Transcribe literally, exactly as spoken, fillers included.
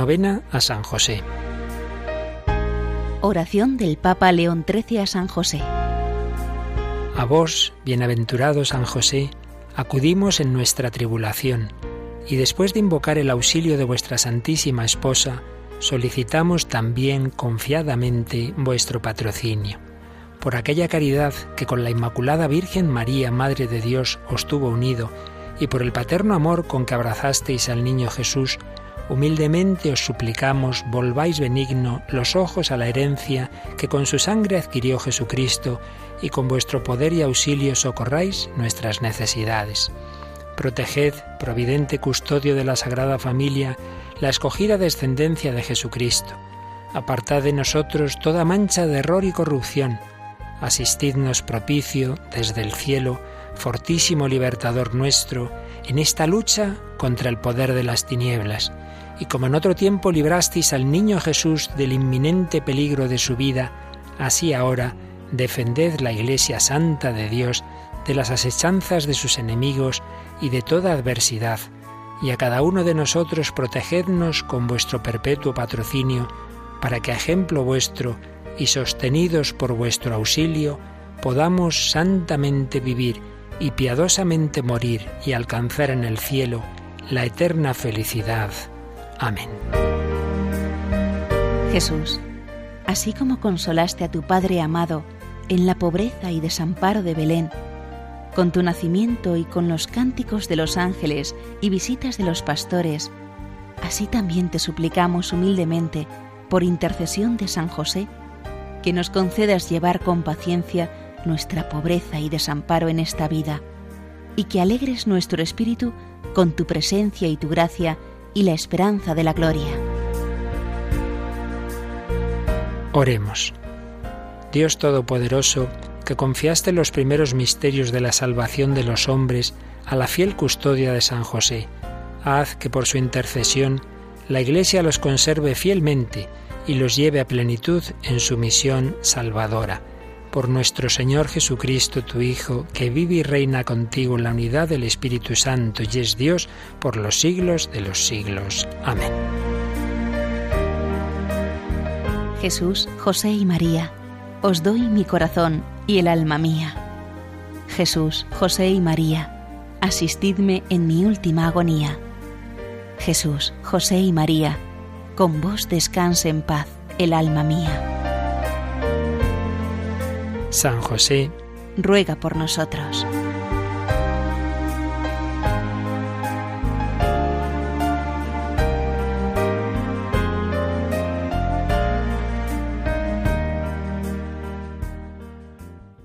Novena a San José. Oración del Papa León trece a San José. A vos, bienaventurado San José, acudimos en nuestra tribulación, y después de invocar el auxilio de vuestra Santísima Esposa, solicitamos también confiadamente vuestro patrocinio. Por aquella caridad que con la Inmaculada Virgen María, Madre de Dios, os tuvo unido, y por el paterno amor con que abrazasteis al niño Jesús, humildemente os suplicamos volváis benigno los ojos a la herencia que con su sangre adquirió Jesucristo, y con vuestro poder y auxilio socorráis nuestras necesidades. Proteged, providente custodio de la Sagrada Familia, la escogida descendencia de Jesucristo. Apartad de nosotros toda mancha de error y corrupción. Asistidnos propicio desde el cielo, fortísimo libertador nuestro, en esta lucha contra el poder de las tinieblas. Y como en otro tiempo librasteis al niño Jesús del inminente peligro de su vida, así ahora defended la Iglesia Santa de Dios de las asechanzas de sus enemigos y de toda adversidad, y a cada uno de nosotros protegednos con vuestro perpetuo patrocinio, para que a ejemplo vuestro y sostenidos por vuestro auxilio, podamos santamente vivir y piadosamente morir y alcanzar en el cielo la eterna felicidad. Amén. Jesús, así como consolaste a tu Padre amado en la pobreza y desamparo de Belén, con tu nacimiento y con los cánticos de los ángeles y visitas de los pastores, así también te suplicamos humildemente, por intercesión de San José, que nos concedas llevar con paciencia nuestra pobreza y desamparo en esta vida, y que alegres nuestro espíritu con tu presencia y tu gracia y la esperanza de la gloria. Oremos. Dios Todopoderoso, que confiaste los primeros misterios de la salvación de los hombres a la fiel custodia de San José, haz que por su intercesión la Iglesia los conserve fielmente y los lleve a plenitud en su misión salvadora. Por nuestro Señor Jesucristo, tu Hijo, que vive y reina contigo en la unidad del Espíritu Santo y es Dios por los siglos de los siglos. Amén. Jesús, José y María, os doy mi corazón y el alma mía. Jesús, José y María, asistidme en mi última agonía. Jesús, José y María, con vos descanse en paz el alma mía. San José, ruega por nosotros.